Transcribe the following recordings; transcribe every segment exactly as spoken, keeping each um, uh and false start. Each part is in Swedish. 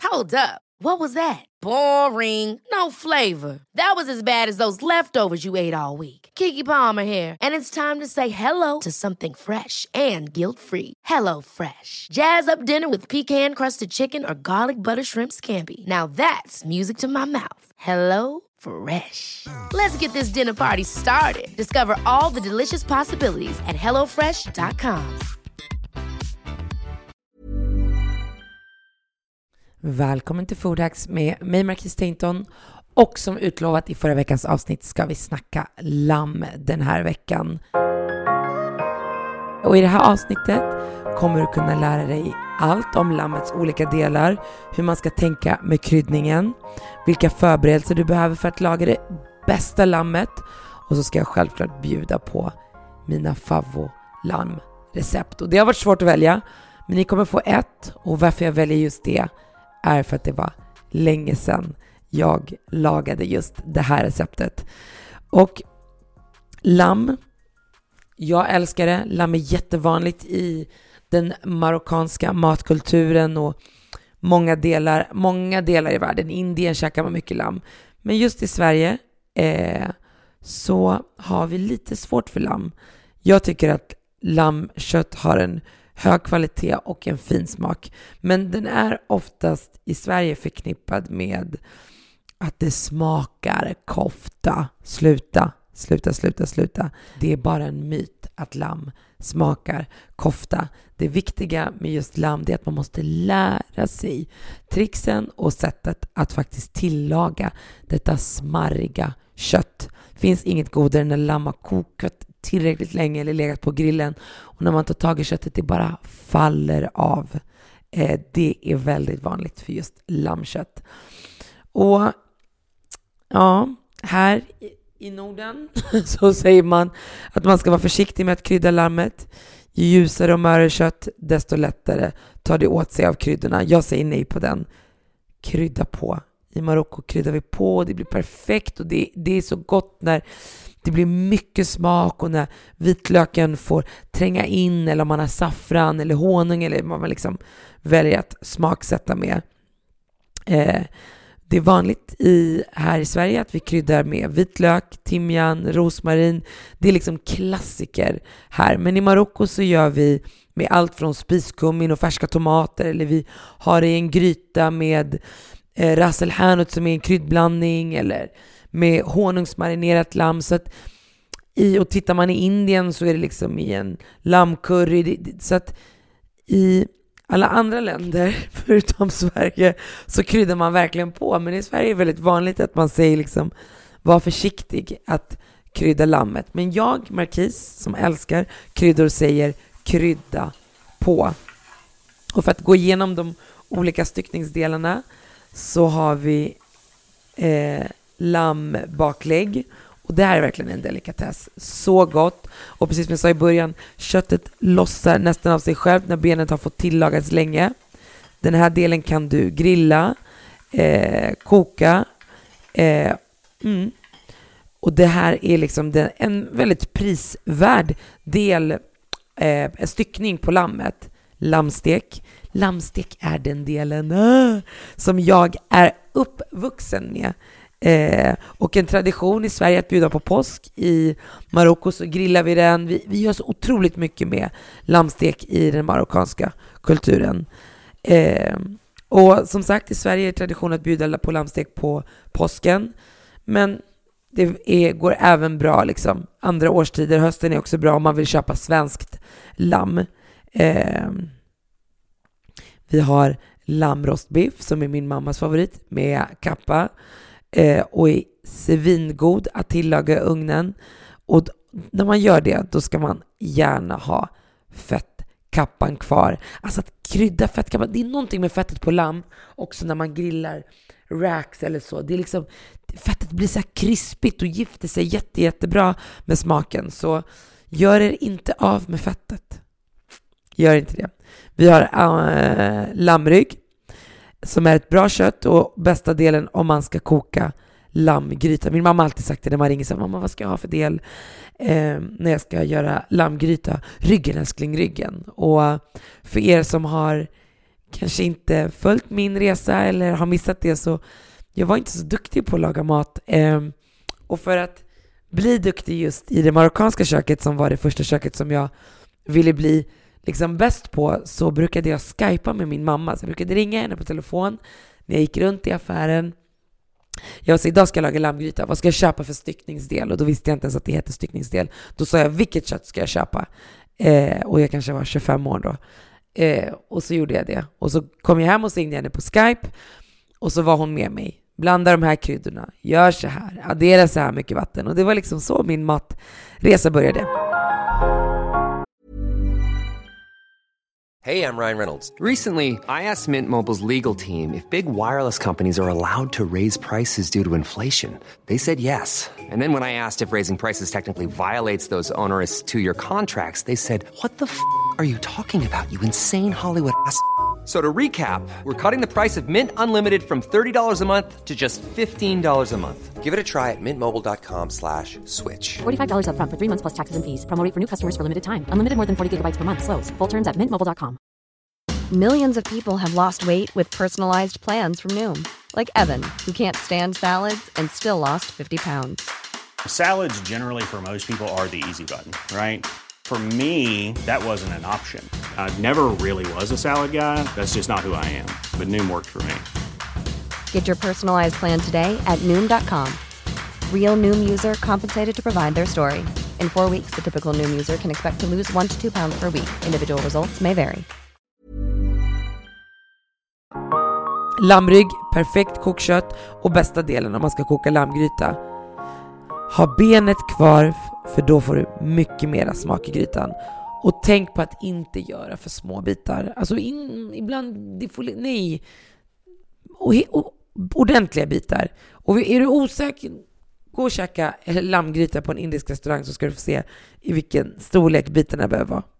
Hold up. What was that? Boring. No flavor. That was as bad as those leftovers you ate all week. Keke Palmer here, and it's time to say hello to something fresh and guilt-free. Hello Fresh. Jazz up dinner with pecan-crusted chicken or garlic butter shrimp scampi. Now that's music to my mouth. Hello Fresh. Let's get this dinner party started. Discover all the delicious possibilities at hello fresh dot com. Välkommen till Food Hacks med mig, Marquis Tainton. Och som utlovat i förra veckans avsnitt ska vi snacka lamm den här veckan. Och i det här avsnittet kommer du kunna lära dig allt om lammets olika delar, hur man ska tänka med kryddningen, vilka förberedelser du behöver för att laga det bästa lammet. Och så ska jag självklart bjuda på mina favvo-lammrecept. Och det har varit svårt att välja, men ni kommer få ett. Och varför jag väljer just det är för att det var länge sedan jag lagade just det här receptet. Och lamm, jag älskar det. Lamm är jättevanligt i den marockanska matkulturen och många delar, många delar i världen. I Indien käkar man mycket lamm. Men just i Sverige eh, så har vi lite svårt för lamm. Jag tycker att lammkött har en hög kvalitet och en fin smak. Men den är oftast i Sverige förknippad med att det smakar kofta. Sluta, sluta, sluta, sluta. Det är bara en myt att lamm smakar kofta. Det viktiga med just lamm är att man måste lära sig trixen och sättet att faktiskt tillaga detta smarriga kött. Det finns inget godare när lamm har kokat tillräckligt länge eller legat på grillen och när man tar tag i köttet det bara faller av. Eh, det är väldigt vanligt för just lammkött. Och ja, här i Norden så säger man att man ska vara försiktig med att krydda lammet. Ju ljusare och mörare kött, desto lättare tar det åt sig av kryddorna. Jag säger nej på den. Krydda på. I Marocko kryddar vi på, det blir perfekt och det, det är så gott när det blir mycket smak och när vitlöken får tränga in eller om man har saffran eller honung eller vad man liksom väljer att smaksätta med. Eh, det är vanligt i, här i Sverige att vi kryddar med vitlök, timjan, rosmarin. Det är liksom klassiker här. Men i Marocko så gör vi med allt från spiskummin och färska tomater eller vi har det i en gryta med eh, ras el hanout som är en kryddblandning eller med honungsmarinerat lamm. Så att i, och tittar man i Indien så är det liksom i en lammcurry. Så att i alla andra länder förutom Sverige så kryddar man verkligen på. Men i Sverige är det väldigt vanligt att man säger liksom var försiktig att krydda lammet. Men jag, Marquis, som älskar kryddor säger krydda på. Och för att gå igenom de olika styckningsdelarna så har vi eh, lammbaklägg. Och det här är verkligen en delikatess. Så gott. Och precis som jag sa i början, köttet lossar nästan av sig själv när benet har fått tillagats länge. Den här delen kan du grilla, eh, koka. Eh, mm. Och det här är liksom den, en väldigt prisvärd del, eh, en styckning på lammet. Lammstek. Lammstek är den delen äh, som jag är uppvuxen med. Eh, och en tradition i Sverige att bjuda på påsk. I Marocko så grillar vi den. Vi, vi gör så otroligt mycket med lammstek i den marockanska kulturen. Eh, och som sagt i Sverige är tradition att bjuda på lammstek på påsken. Men det är, går även bra liksom andra årstider. Hösten är också bra om man vill köpa svenskt lamm. Eh, vi har lammrostbiff som är min mammas favorit med kappa. Eh, och är svingod att tillaga i ugnen. Och d- när man gör det då ska man gärna ha fettkappan kvar. Alltså att krydda fettkappan, det är någonting med fettet på lamm också när man grillar racks eller så. Det är liksom, fettet blir så här krispigt och gifter sig jätte, jättebra med smaken. Så gör er inte av med fettet. Gör inte det. Vi har äh, lammrygg som är ett bra kött och bästa delen om man ska koka lammgryta. Min mamma har alltid sagt det när man ringer så här, mamma vad ska jag ha för del eh, när jag ska göra lammgryta? Ryggen, älskling, ryggen. Och för er som har kanske inte följt min resa eller har missat det, så jag var inte så duktig på att laga mat. Eh, och för att bli duktig just i det marockanska köket, som var det första köket som jag ville bli liksom bäst på, så brukade jag skypa med min mamma. Så jag brukade ringa henne på telefon när jag gick runt i affären. Jag sa, idag ska jag laga lammgryta. Vad ska jag köpa för styckningsdel? Och då visste jag inte ens att det heter styckningsdel. Då sa jag, vilket kött ska jag köpa? Eh, och jag kanske var tjugofem år då. Eh, och så gjorde jag det. Och så kom jag hem och så ringde jag henne på Skype. Och så var hon med mig. Blanda de här kryddorna. Gör så här. Addera så här mycket vatten. Och det var liksom så min matresa började. Hey, I'm Ryan Reynolds. Recently, I asked Mint Mobile's legal team if big wireless companies are allowed to raise prices due to inflation. They said yes. And then when I asked if raising prices technically violates those onerous two-year contracts, they said, what the f*** are you talking about, you insane Hollywood ass f- So to recap, we're cutting the price of Mint Unlimited from thirty dollars a month to just fifteen dollars a month. Give it a try at mintmobile.com slash switch. forty-five dollars up front for three months plus taxes and fees. Promo rate for new customers for limited time. Unlimited more than forty gigabytes per month. Slows full terms at mint mobile dot com. Millions of people have lost weight with personalized plans from Noom. Like Evan, who can't stand salads and still lost fifty pounds. Salads generally for most people are the easy button, right? For me, that wasn't an option. I never really was a salad guy. That's just not who I am. But Noom worked for me. Get your personalized plan today at Noom dot com. Real Noom user compensated to provide their story. In four weeks, the typical Noom user can expect to lose one to two pounds per week. Individual results may vary. Lammrygg, perfekt kokkött och bästa delen om man ska koka lammgryta. Ha benet kvar, för då får du mycket mera smak i grytan. Och tänk på att inte göra för små bitar. Alltså in, ibland, det får, nej. Och, och ordentliga bitar. Och är du osäker, gå och käka lammgryta på en indisk restaurang, så ska du få se i vilken storlek bitarna behöver vara.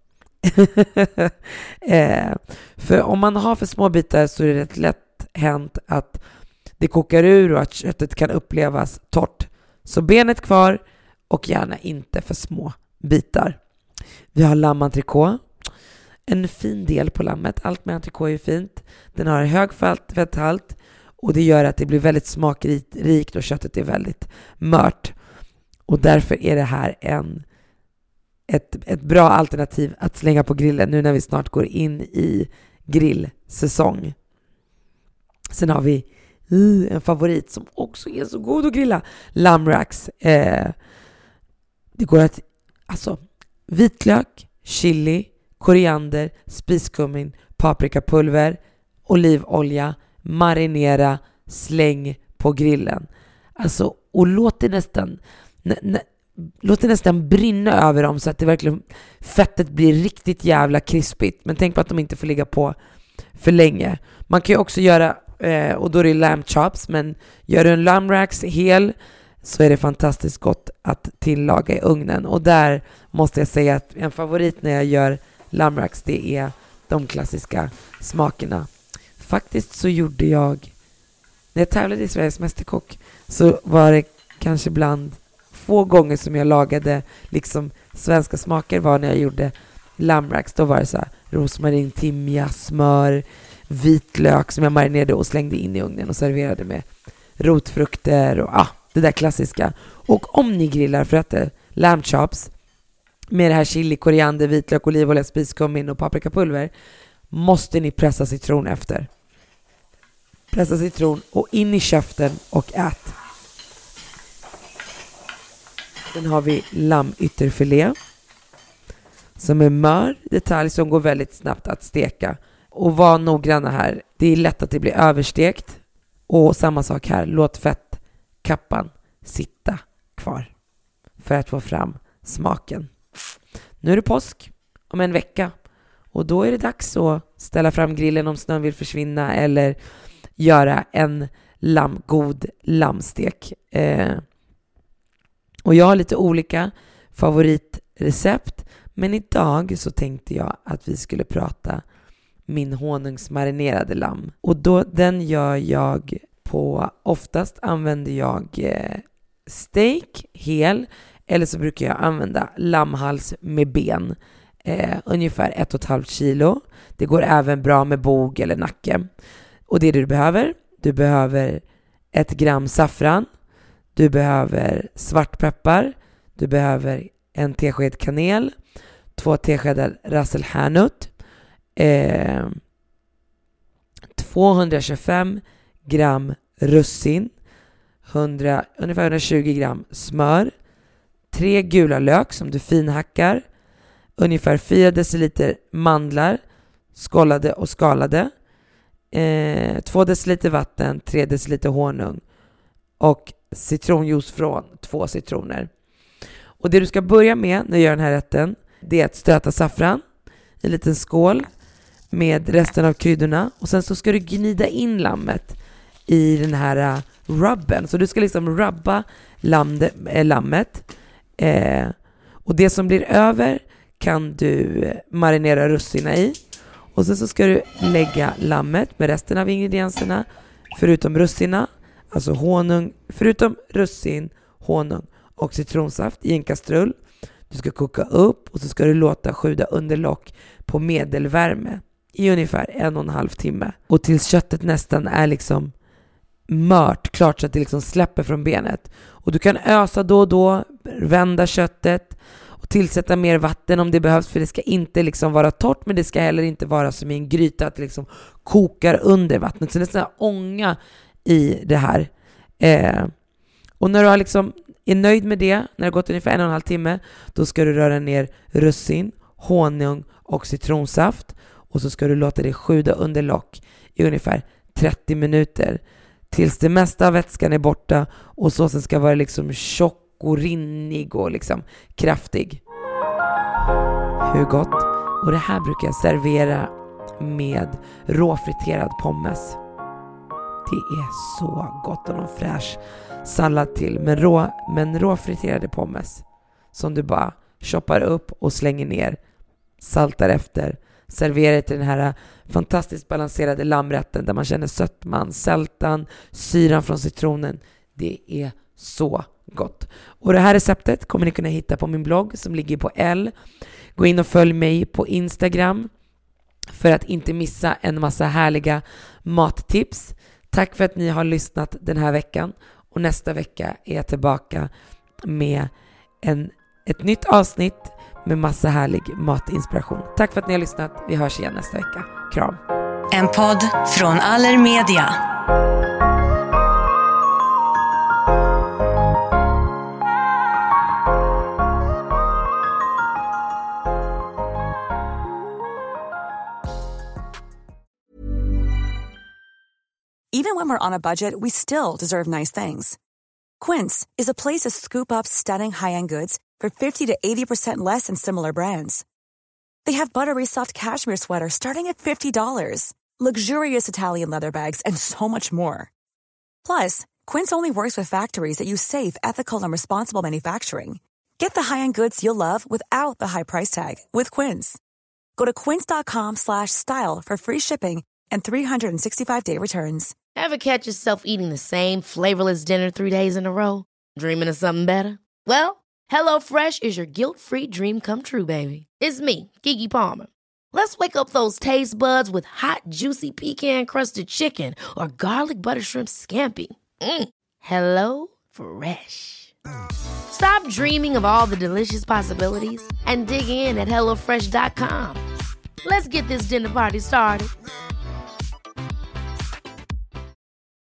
eh, för om man har för små bitar så är det rätt lätt hänt att det kokar ur och att köttet kan upplevas torrt. Så benet kvar och gärna inte för små bitar. Vi har lammentrikå. En fin del på lammet. Allt med entrecote är ju fint. Den har en hög fetthalt och det gör att det blir väldigt smakrikt och köttet är väldigt mört. Och därför är det här en ett, ett bra alternativ att slänga på grillen nu när vi snart går in i grillsäsong. Sen har vi uh, en favorit som också är så god att grilla. Lamracks. Eh, det går att, alltså, vitlök, chili, koriander, spiskummin, paprikapulver, olivolja, marinera, släng på grillen. Alltså, och låt det nästan nä, nä, låt det nästan brinna över dem så att det verkligen fettet blir riktigt jävla krispigt. Men tänk på att de inte får ligga på för länge. Man kan ju också göra, eh, och då är det lamb chops, men gör du en lamracks hel så är det fantastiskt gott att tillaga i ugnen. Och där måste jag säga att en favorit när jag gör lamracks, det är de klassiska smakerna. Faktiskt så gjorde jag, när jag tävlade i Sveriges mästerkock, så var det kanske bland få gånger som jag lagade liksom svenska smaker var när jag gjorde lamracks. Då var det så här rosmarin, timja, smör, vitlök som jag marinerade och slängde in i ugnen och serverade med rotfrukter och ah, det där klassiska. Och om ni grillar för att det lamb chops med det här chili, koriander, vitlök, olivolja, spiskummin och paprikapulver, måste ni pressa citron efter. Pressa citron och in i käften och ät. Sen har vi lammytterfilé som är mör detalj som går väldigt snabbt att steka. Och var noggranna här. Det är lätt att det blir överstekt. Och samma sak här. Låt fettkappan sitta kvar för att få fram smaken. Nu är det påsk om en vecka. Och då är det dags att ställa fram grillen om snön vill försvinna. Eller göra en lamm, god lammstek. Eh, och jag har lite olika favoritrecept. Men idag så tänkte jag att vi skulle prata min honungsmarinerade lamm. Och då, den gör jag på, oftast använder jag eh, steak hel. Eller så brukar jag använda lammhals med ben. eh, ungefär ett och ett halvt kilo. Det går även bra med bog eller nacke. Och det är det du behöver. Du behöver ett gram saffran. Du behöver svartpeppar. Du behöver en tesked kanel. Två teskedar rasselhärnut. Eh, tvåhundratjugofem gram russin. hundra, ungefär hundratjugo gram smör. Tre gula lök som du finhackar. Ungefär fyra deciliter mandlar. Skållade och skalade. Eh, två deciliter vatten. Tre deciliter honung. Och citronjuice från två citroner. Och det du ska börja med när du gör den här rätten, det är att stöta saffran i en liten skål med resten av kryddorna. Och sen så ska du gnida in lammet i den här uh, rubben. Så du ska liksom rubba lamde, äh, lammet. Eh, och det som blir över kan du marinera russina i. Och sen så ska du lägga lammet med resten av ingredienserna förutom russina, alltså honung, förutom russin, honung och citronsaft i en kastrull. Du ska koka upp och så ska du låta sjuda under lock på medelvärme i ungefär en och en halv timme. Och tills köttet nästan är liksom mört, klart så att det liksom släpper från benet. Och du kan ösa då och då, vända köttet och tillsätta mer vatten om det behövs, för det ska inte liksom vara torrt, men det ska heller inte vara som i en gryta att det liksom kokar under vattnet. Så det är sån här ånga i det här. Eh, och när du har liksom är nöjd med det, när det har gått ungefär en och en halv timme, då ska du röra ner russin, honung och citronsaft. Och så ska du låta det sjuda under lock i ungefär trettio minuter. Tills det mesta av vätskan är borta och såsen ska vara liksom tjock och rinnig och liksom kraftig. Hur gott! Och det här brukar jag servera med råfriterad pommes. Det är så gott, och någon fräsch sallad till. Men, rå, men råfriterade pommes som du bara choppar upp och slänger ner. Saltar efter. Serverar till den här fantastiskt balanserade lammrätten där man känner sötman, sältan, syran från citronen. Det är så gott. Och det här receptet kommer ni kunna hitta på min blogg som ligger på L. Gå in och följ mig på Instagram för att inte missa en massa härliga mattips. Tack för att ni har lyssnat den här veckan. Och nästa vecka är jag tillbaka med en, ett nytt avsnitt med massa härlig matinspiration. Tack för att ni har lyssnat. Vi hörs igen nästa vecka. Kram. En podd från Allermedia. Even when we're on a budget, we still deserve nice things. Quince is a place to scoop up stunning high-end goods for fifty to eighty percent less than similar brands. They have buttery soft cashmere sweaters starting at fifty dollars, luxurious Italian leather bags, and so much more. Plus, Quince only works with factories that use safe, ethical, and responsible manufacturing. Get the high-end goods you'll love without the high price tag with Quince. Go to quince.com slash style for free shipping and three sixty-five day returns. Ever catch yourself eating the same flavorless dinner three days in a row? Dreaming of something better? Well, HelloFresh is your guilt-free dream come true, baby. It's me, Keke Palmer. Let's wake up those taste buds with hot, juicy pecan-crusted chicken or garlic butter shrimp scampi. Mm. Hello Fresh. Stop dreaming of all the delicious possibilities and dig in at hello fresh dot com. Let's get this dinner party started.